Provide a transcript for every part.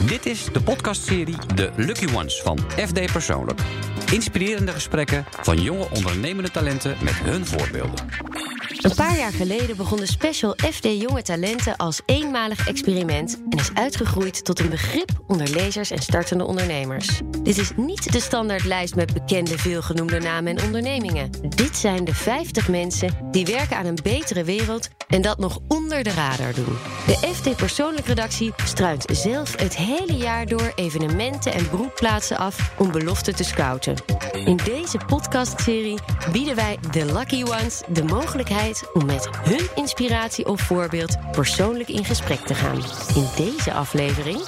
Dit is de podcastserie The Lucky Ones van FD Persoonlijk. Inspirerende gesprekken van jonge ondernemende talenten met hun voorbeelden. Een paar jaar geleden begon de special FD Jonge Talenten als eenmalig experiment en is uitgegroeid tot een begrip onder lezers en startende ondernemers. Dit is niet de standaardlijst met bekende veelgenoemde namen en ondernemingen. Dit zijn de 50 mensen die werken aan een betere wereld en dat nog onder de radar doen. De FD Persoonlijk redactie struint zelf het hele jaar door evenementen en broedplaatsen af om beloften te scouten. In deze podcastserie bieden wij de Lucky Ones de mogelijkheid om met hun inspiratie of voorbeeld persoonlijk in gesprek te gaan. In deze aflevering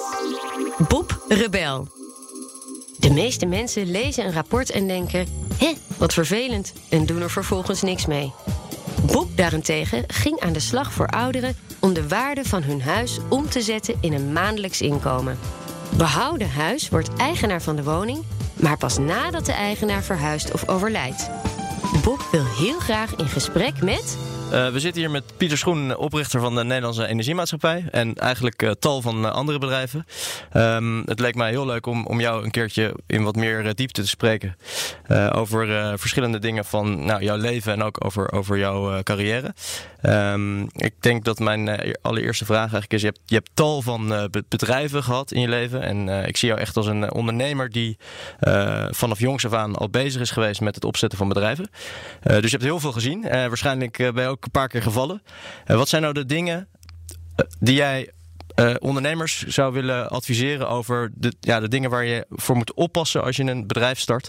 Bob Rebel. De meeste mensen lezen een rapport en denken: wat vervelend, en doen er vervolgens niks mee. Bob daarentegen ging aan de slag voor ouderen om de waarde van hun huis om te zetten in een maandelijks inkomen. Behouden huis wordt eigenaar van de woning, maar pas nadat de eigenaar verhuist of overlijdt. Bob wil heel graag in gesprek met... We zitten hier met Pieter Schoen, oprichter van de Nederlandse Energiemaatschappij en eigenlijk tal van andere bedrijven. Het leek mij heel leuk om jou een keertje in wat meer diepte te spreken over verschillende dingen van jouw leven en ook over jouw carrière. Ik denk dat mijn allereerste vraag eigenlijk is, je hebt tal van bedrijven gehad in je leven en ik zie jou echt als een ondernemer die vanaf jongs af aan al bezig is geweest met het opzetten van bedrijven. Dus je hebt heel veel gezien. Waarschijnlijk ben je ook een paar keer gevallen. Wat zijn nou de dingen die jij ondernemers zou willen adviseren over de dingen waar je voor moet oppassen als je een bedrijf start?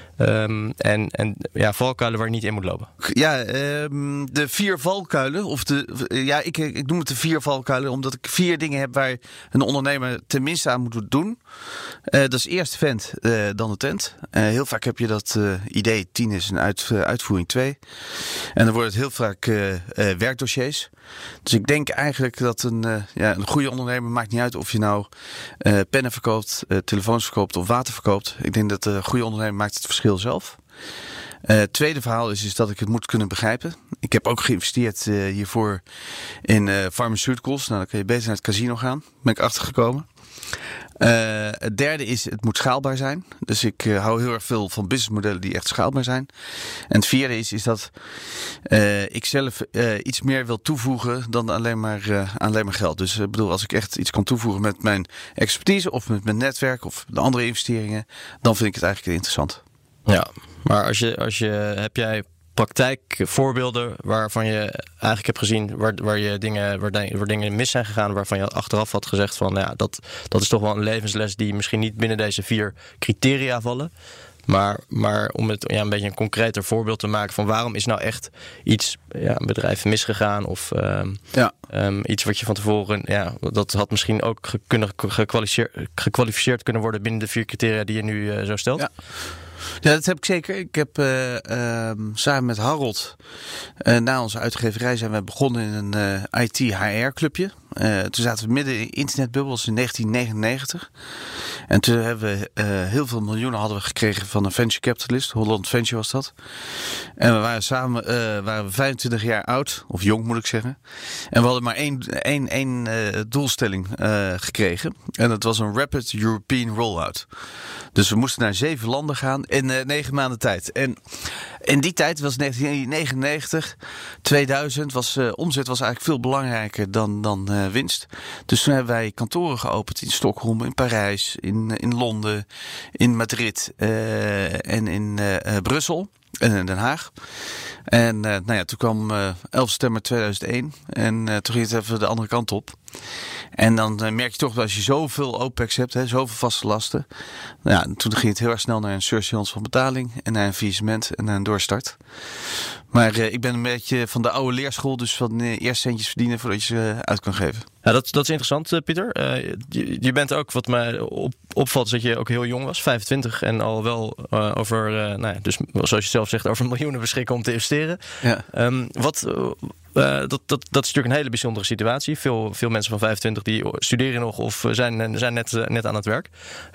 En valkuilen waar je niet in moet lopen. Ja, de 4 valkuilen. Ik noem het de 4 valkuilen, omdat ik 4 dingen heb waar een ondernemer tenminste aan moet doen. Dat is eerst de vent, dan de tent. Heel vaak heb je dat idee 10 is een uitvoering 2. En dan wordt het heel vaak werkdossiers. Dus ik denk eigenlijk dat een goede ondernemer, maakt niet uit of je nou pennen verkoopt, telefoons verkoopt of water verkoopt. Ik denk dat een goede ondernemer maakt het verschil zelf. Het tweede verhaal is dat ik het moet kunnen begrijpen. Ik heb ook geïnvesteerd hiervoor in pharmaceuticals. Nou, dan kun je beter naar het casino gaan. Daar ben ik achtergekomen. Het derde is, het moet schaalbaar zijn. Dus ik hou heel erg veel van businessmodellen die echt schaalbaar zijn. En het vierde is dat ik zelf iets meer wil toevoegen dan alleen maar geld. Dus ik bedoel, als ik echt iets kan toevoegen met mijn expertise of met mijn netwerk of de andere investeringen, dan vind ik het eigenlijk interessant. Ja, maar heb jij praktijkvoorbeelden waarvan je eigenlijk hebt gezien waar dingen mis zijn gegaan, waarvan je achteraf had gezegd van dat is toch wel een levensles die misschien niet binnen deze 4 criteria vallen. Maar om het een beetje een concreter voorbeeld te maken van waarom is nou echt iets, een bedrijf misgegaan of iets wat je van tevoren, dat had misschien ook gekwalificeerd kunnen worden binnen de 4 criteria die je nu zo stelt. Ja, dat heb ik zeker. Ik heb samen met Harold na onze uitgeverij zijn we begonnen in een IT-HR-clubje. Toen zaten we midden in internetbubbels in 1999. En toen hebben we heel veel miljoenen hadden we gekregen van een venture capitalist. Holland Venture was dat. En we waren samen waren we 25 jaar oud, of jong moet ik zeggen. En we hadden maar één doelstelling gekregen. En dat was een Rapid European Rollout. Dus we moesten naar 7 landen gaan in 9 maanden tijd. En in die tijd was 1999, 2000, omzet was eigenlijk veel belangrijker dan winst. Dus toen hebben wij kantoren geopend in Stockholm, in Parijs, in Londen, in Madrid en in Brussel. En in Den Haag. En toen kwam 11 september 2001. En toen ging het even de andere kant op. En dan merk je toch dat als je zoveel OPEX hebt, zoveel vaste lasten. Toen ging het heel erg snel naar een surveillance van betaling. En naar een faillissement en naar een doorstart. Maar ik ben een beetje van de oude leerschool. Dus van eerst centjes verdienen voordat je ze uit kan geven. Ja, dat is interessant, Pieter. Je bent ook, wat mij opvalt, is dat je ook heel jong was, 25. En al wel over, dus zoals je zelf zegt, over miljoenen beschikken om te investeren. Ja. Dat is natuurlijk een hele bijzondere situatie. Veel mensen van 25 die studeren nog of zijn net aan het werk.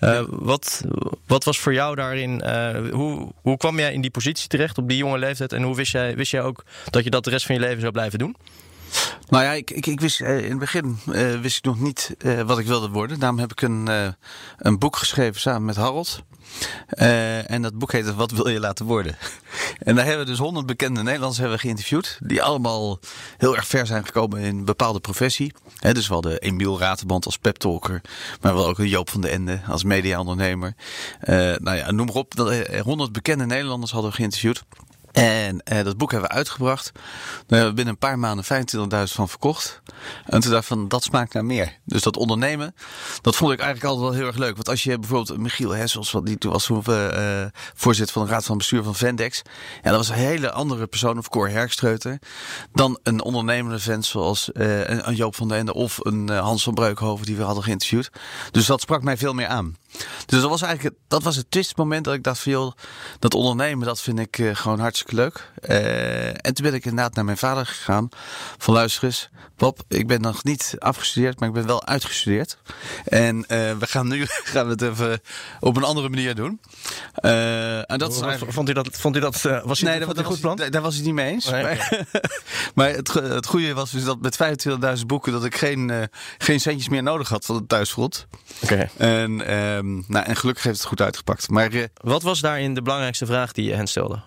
Wat was voor jou daarin? Hoe kwam jij in die positie terecht op die jonge leeftijd? En hoe wist jij ook dat je dat de rest van je leven zou blijven doen? Nou ja, ik wist in het begin wist ik nog niet wat ik wilde worden. Daarom heb ik een boek geschreven samen met Harold. En dat boek heette Wat wil je laten worden? En daar hebben we dus 100 bekende Nederlanders geïnterviewd. Die allemaal heel erg ver zijn gekomen in een bepaalde professie. Dus we hadden Emiel Raterband als peptalker. Maar we hadden ook Joop van den Ende als mediaondernemer. Noem maar op. 100 bekende Nederlanders hadden we geïnterviewd. En dat boek hebben we uitgebracht. Daar hebben we binnen een paar maanden 25.000 van verkocht. En toen dacht ik van, dat smaakt naar meer. Dus dat ondernemen, dat vond ik eigenlijk altijd wel heel erg leuk. Want als je bijvoorbeeld Michiel Hessels, die toen was voorzitter van de raad van bestuur van Vendex. Ja, dat was een hele andere persoon, of Cor Herkstreuter, dan een ondernemende vent zoals een Joop van den Ende of een Hans van Breukhoven die we hadden geïnterviewd. Dus dat sprak mij veel meer aan. Dus dat was het twistmoment dat ik dacht van, joh, dat ondernemen, dat vind ik gewoon hartstikke leuk. En toen ben ik inderdaad naar mijn vader gegaan. Van luister eens, Bob, ik ben nog niet afgestudeerd, maar ik ben wel uitgestudeerd. En we gaan het even op een andere manier doen. En dat is eigenlijk... Vond u dat was nee, een goed plan? Daar was hij niet mee eens. Nee, okay. Maar het goede was dus dat met 25.000 boeken dat ik geen centjes meer nodig had van het thuisgrond. Okay. En gelukkig heeft het goed uitgepakt. Maar wat was daarin de belangrijkste vraag die je hen stelde?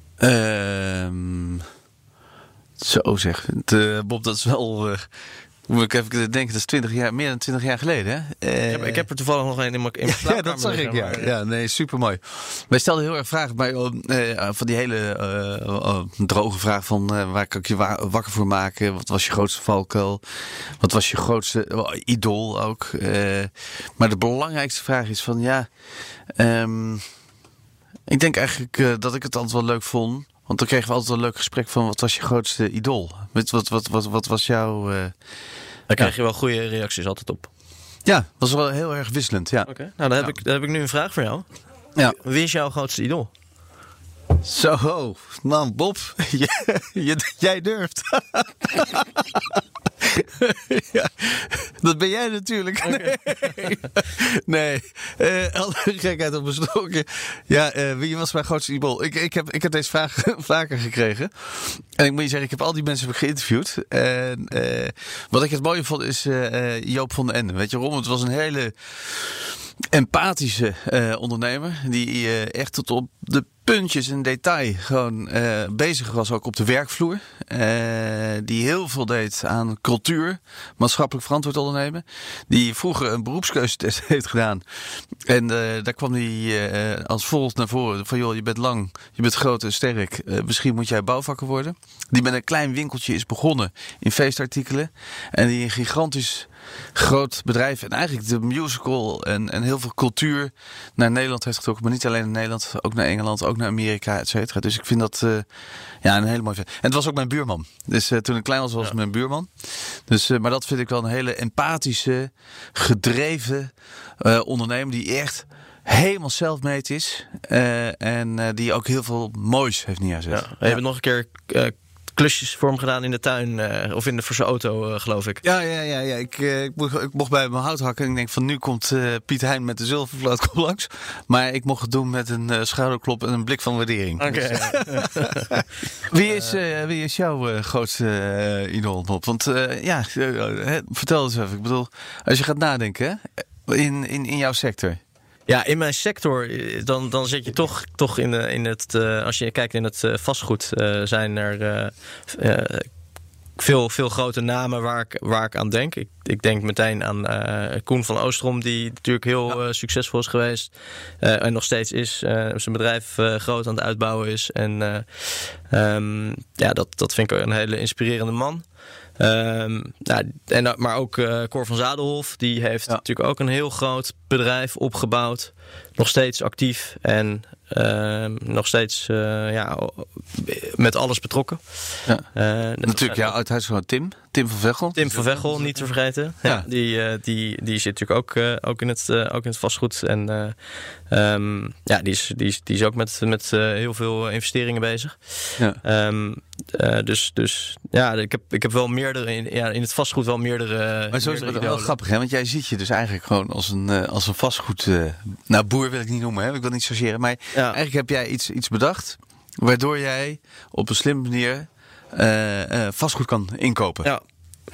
Zo zeg. Bob, dat is wel... moet ik even denken, dat is meer dan 20 jaar geleden. Hè? Ik heb er toevallig nog een in mijn slaapkamer. Ja, dat zag ik, ja. Ja, nee, supermooi. Wij stelden heel erg vragen bij van die hele droge vraag van waar kan ik je wakker voor maken? Wat was je grootste valkuil? Wat was je grootste idool ook? Maar de belangrijkste vraag is van ik denk eigenlijk dat ik het altijd wel leuk vond. Want dan kregen we altijd een leuk gesprek van wat was je grootste idool? Wat was jouw... Daar krijg je wel goede reacties altijd op. Ja, was wel heel erg wisselend, ja. Okay. Nou, dan heb ik nu een vraag voor jou. Ja. Wie is jouw grootste idool? Zo, man, Bob, jij durft. Ja, dat ben jij natuurlijk. Okay. Nee. Alle gekheid op mijn stokje. Ja, wie was mijn grootste idool? Ik heb deze vraag vaker gekregen. En ik moet je zeggen, ik heb al die mensen geïnterviewd. En wat ik het mooie vond is Joop van den Ende. Weet je waarom? Het was een hele empathische ondernemer. Die echt tot op de puntjes en detail gewoon bezig was ook op de werkvloer. Die heel veel deed aan cultuur, maatschappelijk verantwoord ondernemen. Die vroeger een beroepskeuzetest heeft gedaan. En daar kwam hij als volgt naar voren. Van joh, je bent lang, je bent groot en sterk. Misschien moet jij bouwvakker worden. Die met een klein winkeltje is begonnen in feestartikelen. En die een gigantisch groot bedrijf en eigenlijk de musical en heel veel cultuur naar Nederland heeft getrokken. Maar niet alleen in Nederland, ook naar Engeland, ook naar Amerika, et cetera. Dus ik vind dat een hele mooie... En het was ook mijn buurman. Dus toen ik klein was het mijn buurman. Dus, maar dat vind ik wel een hele empathische, gedreven ondernemer die echt helemaal self-made is. En die ook heel veel moois heeft neergezet. Ja. Je hebt nog een keer klusjes voor hem gedaan in de tuin of voor zijn auto, geloof ik. Ja. Ik mocht bij mijn hout hakken en ik denk van nu komt Piet Hein met de zilvervloot langs. Maar ik mocht het doen met een schouderklop en een blik van waardering. Okay. Wie is jouw grootste idool, Bob? Want vertel eens even. Ik bedoel, als je gaat nadenken in jouw sector. Ja, in mijn sector, dan zit je toch in het... als je kijkt in het vastgoed, zijn er veel grote namen waar ik aan denk. Ik denk meteen aan Koen van Oostrom, die natuurlijk heel succesvol is geweest. En nog steeds is. Zijn bedrijf groot aan het uitbouwen is. En dat vind ik een hele inspirerende man. Maar ook Cor van Zadelhof, die heeft natuurlijk ook een heel groot bedrijf opgebouwd. Nog steeds actief en nog steeds met alles betrokken. Ja. Natuurlijk, uit huis van Tim van Veghel. Tim van Veghel, niet te vergeten. Ja. Die zit natuurlijk ook in het vastgoed. En die is ook met heel veel investeringen bezig. Ja. Ik heb wel meerdere in het vastgoed wel meerdere. Maar zo is het wel grappig, hè? Want jij ziet je dus eigenlijk gewoon als een vastgoed. Boer wil ik niet noemen, hè? Ik wil niet chargeren. Maar eigenlijk heb jij iets bedacht waardoor jij op een slimme manier vastgoed kan inkopen. Ja.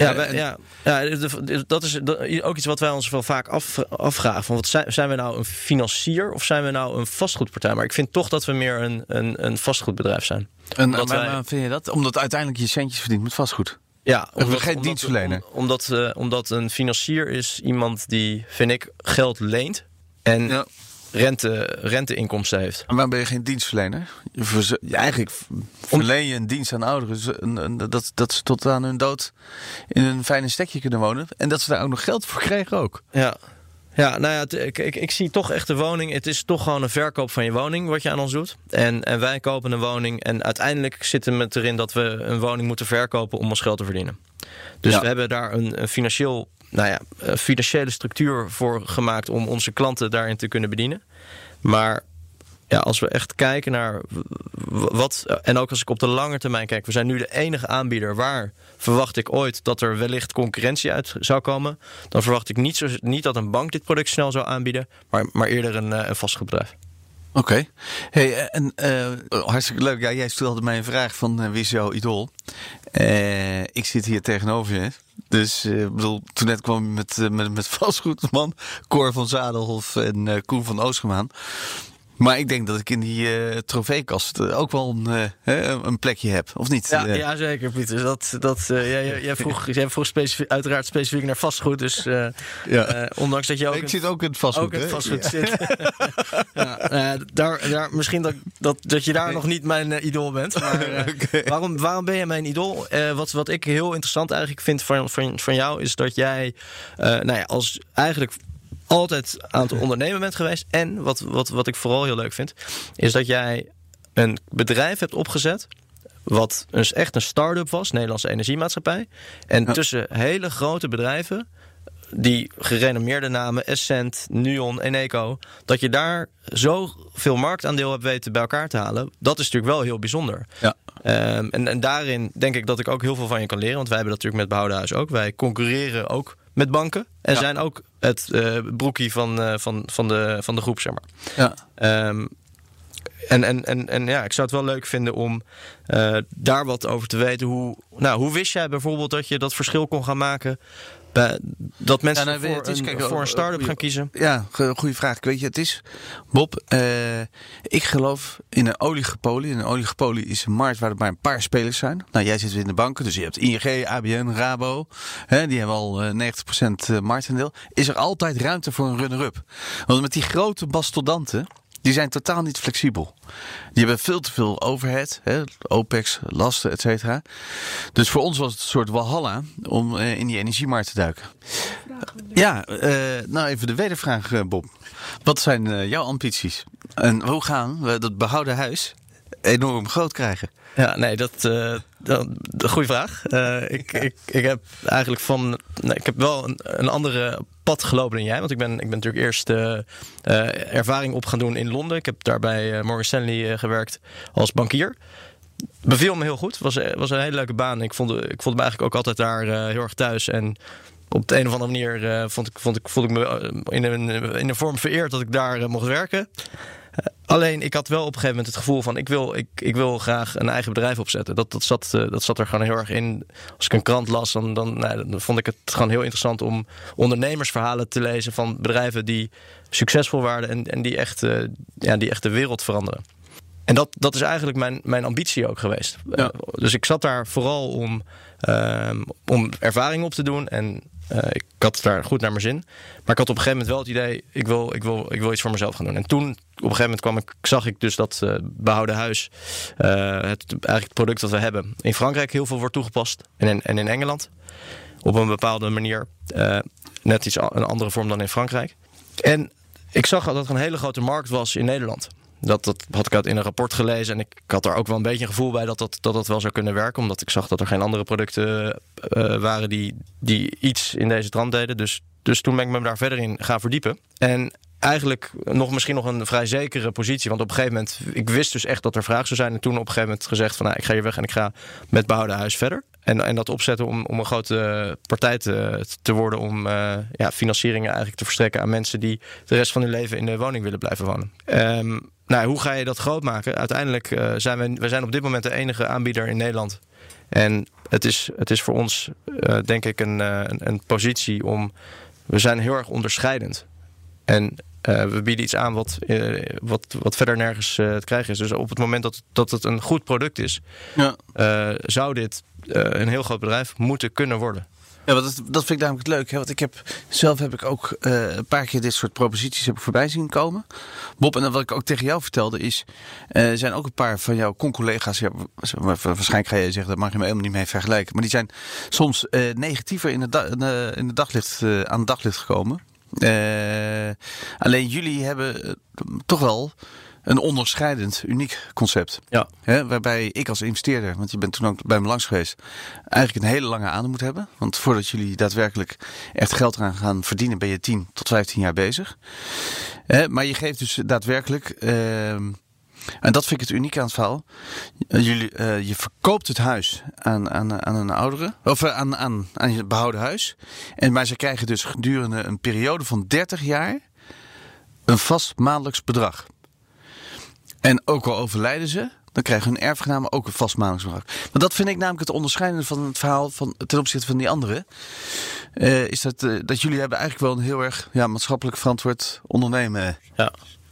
Dat is ook iets wat wij ons wel vaak afvragen. Van zijn we nou een financier of zijn we nou een vastgoedpartij? Maar ik vind toch dat we meer een vastgoedbedrijf zijn. Waarom vind je dat? Omdat uiteindelijk je centjes verdient met vastgoed. Ja, geen dienstverlener. Omdat een financier is iemand die, vind ik, geld leent en renteinkomsten heeft. En waarom ben je geen dienstverlener? Eigenlijk verleen je een dienst aan ouderen dat ze tot aan hun dood in een fijne stekje kunnen wonen. En dat ze daar ook nog geld voor krijgen ook. Ja, nou ja, ik zie toch echt de woning. Het is toch gewoon een verkoop van je woning wat je aan ons doet. En wij kopen een woning. En uiteindelijk zit het erin dat we een woning moeten verkopen om ons geld te verdienen. Dus we hebben daar een financiële structuur voor gemaakt om onze klanten daarin te kunnen bedienen. Maar ja, als we echt kijken naar wat... En ook als ik op de lange termijn kijk. We zijn nu de enige aanbieder waar verwacht ik ooit dat er wellicht concurrentie uit zou komen. Dan verwacht ik niet dat een bank dit product snel zou aanbieden. Maar eerder een vastgoedbedrijf. Oké. Hey, hartstikke leuk. Ja, jij stelde mij een vraag van wie is jouw idool? Ik zit hier tegenover je. Dus toen net kwam je met vastgoedman Cor van Zadelhof en Koen van Oostermaan. Maar ik denk dat ik in die trofeekast ook wel een plekje heb, of niet? Ja, zeker, Pieter. Jij vroeg uiteraard specifiek naar vastgoed. Dus ondanks dat je ook... Ik zit ook in het vastgoed. Ook in het vastgoed zit. Misschien dat je daar nog niet mijn idool bent. Maar waarom ben jij mijn idool? Wat ik heel interessant eigenlijk vind van jou is dat jij als eigenlijk altijd aan het ondernemen bent geweest. En wat ik vooral heel leuk vind, is dat jij een bedrijf hebt opgezet wat dus echt een start-up was, Nederlandse Energiemaatschappij. En tussen hele grote bedrijven, die gerenommeerde namen, Essent, Nuon, Eneco, dat je daar zoveel marktaandeel hebt weten bij elkaar te halen. Dat is natuurlijk wel heel bijzonder. Ja. En daarin denk ik dat ik ook heel veel van je kan leren. Want wij hebben dat natuurlijk met Behouden Huis ook. Wij concurreren ook met banken. En zijn ook het broekie van de groep, zeg maar. Ja. Ik zou het wel leuk vinden om daar wat over te weten. Hoe wist jij bijvoorbeeld dat je dat verschil kon gaan maken? Dat mensen voor een start-up gaan kiezen? Ja, goede vraag. Weet je, het is, Bob, ik geloof in een oligopolie. En een oligopolie is een markt waar er maar een paar spelers zijn. Nou, jij zit in de banken, dus je hebt ING, ABN, Rabo. Die hebben al 90% marktaandeel. Is er altijd ruimte voor een runner-up? Want met die grote mastodonten, die zijn totaal niet flexibel. Die hebben veel te veel overhead, OPEX, lasten, et cetera. Dus voor ons was het een soort walhalla om in die energiemarkt te duiken. Ja, even de wedervraag, Bob. Wat zijn jouw ambities? En hoe gaan we dat behouden huis enorm groot krijgen? Ja, nee, dat goede vraag. Ik heb eigenlijk ik heb wel een andere pad gelopen dan jij. Want ik ben natuurlijk eerst ervaring op gaan doen in Londen. Ik heb daar bij Morgan Stanley gewerkt als bankier. Beviel me heel goed. Was een hele leuke baan. Ik vond me eigenlijk ook altijd daar heel erg thuis. En op de een of andere manier voelde ik me in een vorm vereerd dat ik daar mocht werken. Alleen, ik had wel op een gegeven moment het gevoel van ik wil graag een eigen bedrijf opzetten. Dat zat er gewoon heel erg in. Als ik een krant las, dan vond ik het gewoon heel interessant om ondernemersverhalen te lezen van bedrijven die succesvol waren en die echt de wereld veranderen. En dat is eigenlijk mijn ambitie ook geweest. Ja. Dus ik zat daar vooral om ervaring op te doen. En ik had daar goed naar mijn zin. Maar ik had op een gegeven moment wel het idee, ik wil iets voor mezelf gaan doen. En toen, op een gegeven moment zag ik dus dat Behouden Huis, het product dat we hebben, in Frankrijk heel veel wordt toegepast. En in Engeland. Op een bepaalde manier. Net een andere vorm dan in Frankrijk. En ik zag dat er een hele grote markt was in Nederland. Dat had ik uit in een rapport gelezen. En ik had daar ook wel een beetje een gevoel bij dat wel zou kunnen werken. Omdat ik zag dat er geen andere producten waren die iets in deze trant deden. Dus toen ben ik me daar verder in gaan verdiepen. En eigenlijk misschien nog een vrij zekere positie. Want op een gegeven moment, ik wist dus echt dat er vraag zou zijn. En toen op een gegeven moment gezegd van ik ga hier weg en ik ga met Behouden Huis verder. En dat opzetten om een grote partij te worden. Om financieringen eigenlijk te verstrekken aan mensen die de rest van hun leven in de woning willen blijven wonen. Hoe ga je dat groot maken? Uiteindelijk zijn we op dit moment de enige aanbieder in Nederland En het is voor ons, denk ik, een positie om... We zijn heel erg onderscheidend. En we bieden iets aan wat verder nergens te krijgen is. Dus op het moment dat het een goed product is... zou dit een heel groot bedrijf moeten kunnen worden. Ja, dat vind ik namelijk leuk. Hè? Want zelf heb ik ook een paar keer dit soort proposities heb ik voorbij zien komen. Bob, en wat ik ook tegen jou vertelde is... Er zijn ook een paar van jouw con-collega's... Ja, waarschijnlijk ga je zeggen, daar mag je me helemaal niet mee vergelijken. Maar die zijn soms negatiever in het daglicht, aan het daglicht gekomen. Alleen jullie hebben toch wel... een onderscheidend, uniek concept. Ja. Waarbij ik als investeerder, want je bent toen ook bij me langs geweest... eigenlijk een hele lange adem moet hebben. Want voordat jullie daadwerkelijk echt geld eraan gaan verdienen... ben je 10 tot 15 jaar bezig. Maar je geeft dus daadwerkelijk... en dat vind ik het uniek aan het verhaal. Je verkoopt het huis aan een oudere... of aan je behouden huis. Maar ze krijgen dus gedurende een periode van 30 jaar... een vast maandelijks bedrag. En ook al overlijden ze, dan krijgen hun erfgenamen ook een vast maandelijks bedrag. Maar dat vind ik namelijk het onderscheidende van het verhaal ten opzichte van die anderen. Is dat jullie hebben eigenlijk wel een heel erg maatschappelijk verantwoord ondernemen. Ja.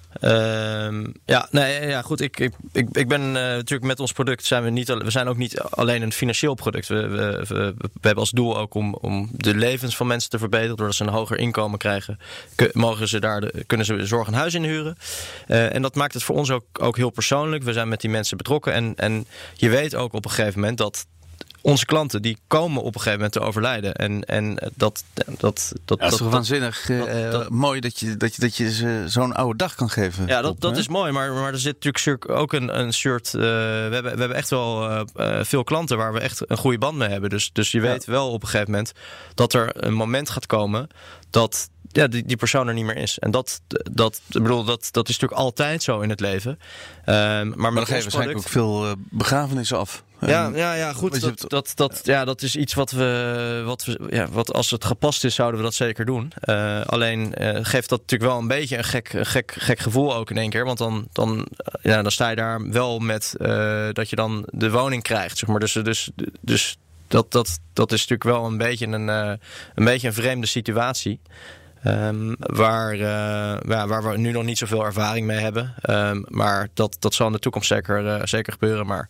Goed. Ik ben natuurlijk met ons product we zijn ook niet alleen een financieel product. We hebben als doel ook om de levens van mensen te verbeteren. Doordat ze een hoger inkomen krijgen, kunnen ze zorg en huis inhuren. En dat maakt het voor ons ook heel persoonlijk. We zijn met die mensen betrokken. En je weet ook op een gegeven moment dat onze klanten die komen op een gegeven moment te overlijden. En dat is toch waanzinnig mooi dat je ze zo'n oude dag kan geven. Ja, dat is mooi. Maar er zit natuurlijk ook een soort... we hebben echt wel veel klanten waar we echt een goede band mee hebben. Dus je weet wel op een gegeven moment dat er een moment gaat komen dat die persoon er niet meer is. En dat is natuurlijk altijd zo in het leven. Maar dan geven waarschijnlijk ook veel begrafenissen af. Ja, goed. Dat is iets wat als het gepast is, zouden we dat zeker doen. Alleen geeft dat natuurlijk wel een beetje een gek gevoel ook in één keer. Want dan sta je daar wel met dat je dan de woning krijgt, zeg maar. Dus dat is natuurlijk wel een beetje een vreemde situatie. Waar we nu nog niet zoveel ervaring mee hebben. Maar dat zal in de toekomst zeker gebeuren. Maar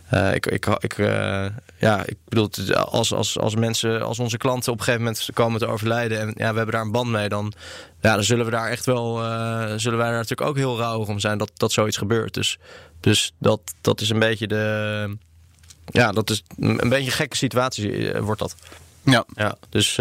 ik bedoel, als mensen, als onze klanten op een gegeven moment komen te overlijden en we hebben daar een band mee, dan zullen we daar echt wel, zullen wij daar natuurlijk ook heel rouwig om zijn dat zoiets gebeurt. Dus dat is een beetje dat is een beetje een gekke situatie wordt dat. Ja, dus.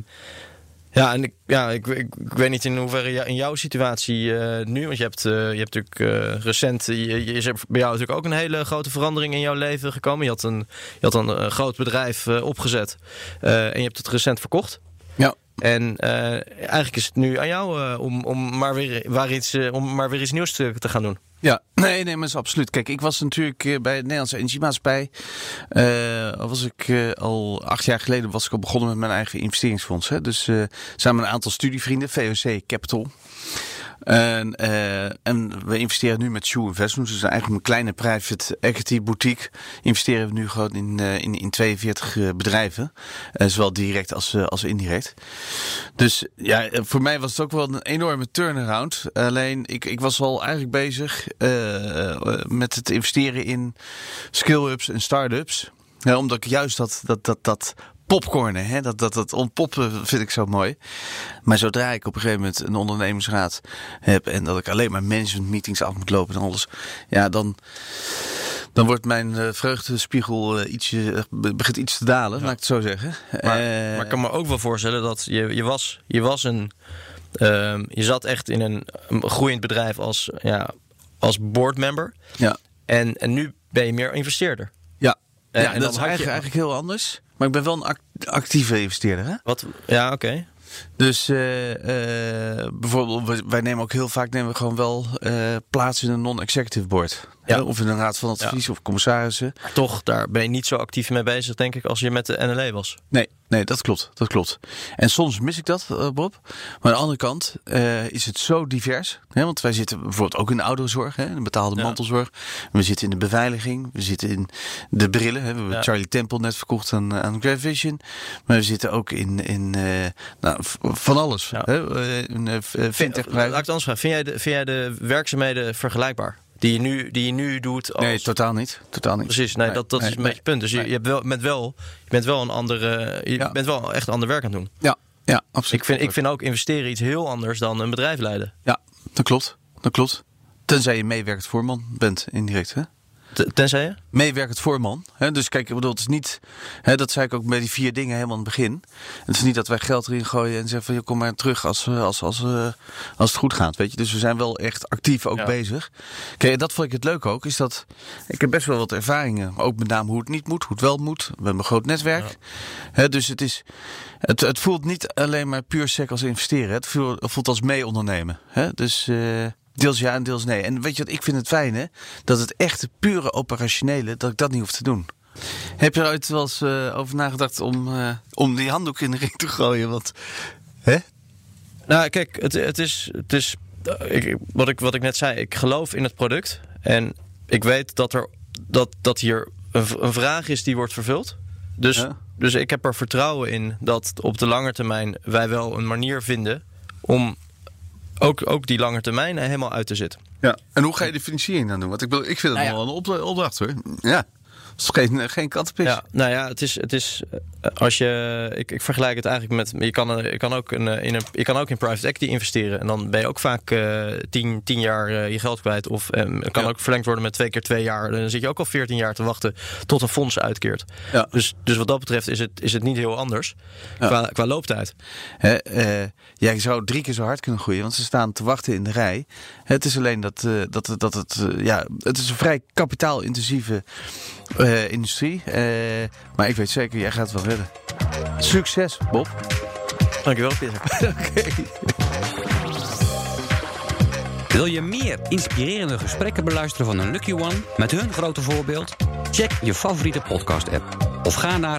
Ik weet niet in hoeverre in jouw situatie nu, want je hebt natuurlijk recent, is er bij jou natuurlijk ook een hele grote verandering in jouw leven gekomen. Je had een groot bedrijf opgezet en je hebt het recent verkocht. Ja. En eigenlijk is het nu aan jou om maar weer iets nieuws te gaan doen. Ja, nee, maar dat is absoluut. Kijk, ik was natuurlijk bij de Nederlandse Energiemaatschappij. Al 8 jaar geleden was ik al begonnen met mijn eigen investeringsfonds. Hè? Dus samen met een aantal studievrienden, VOC Capital. En we investeren nu met Shoe Investments. Dus eigenlijk een kleine private equity boutique. Investeren we nu gewoon in 42 bedrijven. Zowel direct als indirect. Dus ja, voor mij was het ook wel een enorme turnaround. Alleen, ik was al eigenlijk bezig met het investeren in skill-ups en start-ups. Ja, omdat ik juist dat popcornen, hè? Dat ontpoppen vind ik zo mooi. Maar zodra ik op een gegeven moment een ondernemingsraad heb en dat ik alleen maar management meetings af moet lopen en alles, ja, dan wordt mijn vreugdespiegel begint iets te dalen, laat ik het zo zeggen. Maar ik kan me ook wel voorstellen dat je zat echt in een groeiend bedrijf als boardmember. Ja. En nu ben je meer investeerder. Ja. En dat is eigenlijk heel anders. Maar ik ben wel een actieve investeerder, hè? Wat? Ja, oké. Dus bijvoorbeeld, wij nemen ook heel vaak gewoon wel plaats in een non-executive board. Ja. Of in een raad van advies of commissarissen. Maar toch, daar ben je niet zo actief mee bezig, denk ik, als je met de NLE was. Nee. Nee, dat klopt. En soms mis ik dat, Bob. Maar aan de andere kant is het zo divers. Hè? Want wij zitten bijvoorbeeld ook in de ouderenzorg, hè? De betaalde mantelzorg. We zitten in de beveiliging. We zitten in de brillen. Hè? We hebben Charlie Temple net verkocht aan Gravision. Maar we zitten ook in van alles. Ja. Hè? Fintech. Laat ik het anders vragen. Vind jij de werkzaamheden vergelijkbaar? Die je nu doet als... Nee, totaal niet. Precies, dat is een beetje het punt. Dus je bent wel een andere... Je bent wel echt ander werk aan het doen. Ja, absoluut. Ik vind ook investeren iets heel anders dan een bedrijf leiden. Ja, dat klopt. Tenzij je meewerkend voorman bent, indirect, hè? Tenzij je? Meewerkend voorman. Hè? Dus kijk, ik bedoel, het is niet... Hè, dat zei ik ook bij die 4 dingen helemaal aan het begin. Het is niet dat wij geld erin gooien en zeggen van... kom maar terug als het goed gaat, weet je. Dus we zijn wel echt actief ook bezig. Kijk, en dat vond ik het leuk ook, is dat... Ik heb best wel wat ervaringen. Ook met name hoe het niet moet, hoe het wel moet. We hebben een groot netwerk. Ja. Hè, dus het is... Het voelt niet alleen maar puur sec als investeren. Het voelt als mee ondernemen. Hè? Dus... deels ja en deels nee. En weet je wat, ik vind het fijn, hè? Dat het echte, pure operationele, dat ik dat niet hoef te doen. Heb je er ooit wel eens over nagedacht om die handdoek in de ring te gooien? Want, hè? Nou, kijk, het is wat ik net zei. Ik geloof in het product. En ik weet dat hier een vraag is die wordt vervuld. Dus ik heb er vertrouwen in dat op de lange termijn wij wel een manier vinden om ook die lange termijn helemaal uit te zitten. Ja. En hoe ga je de financiering dan doen? Want ik vind het wel een opdracht, hoor. Ja. Het is geen kattenpis. Ja, nou ja, het is als je... Ik vergelijk het eigenlijk met... Je kan ook in private equity investeren. En dan ben je ook vaak 10 jaar je geld kwijt. Of het kan ook verlengd worden met 2 keer 2 jaar. Dan zit je ook al 14 jaar te wachten tot een fonds uitkeert. Ja. Dus wat dat betreft is het niet heel anders qua looptijd. Jij zou 3 keer zo hard kunnen groeien, want ze staan te wachten in de rij. Het is alleen dat het is een vrij kapitaalintensieve industrie. Maar ik weet zeker, jij gaat het wel redden. Succes, Bob. Dankjewel, Peter. Okay. Wil je meer inspirerende gesprekken beluisteren van een Lucky One met hun grote voorbeeld? Check je favoriete podcast-app. Of ga naar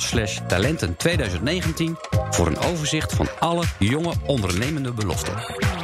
fd.nl/talenten2019 voor een overzicht van alle jonge ondernemende beloften.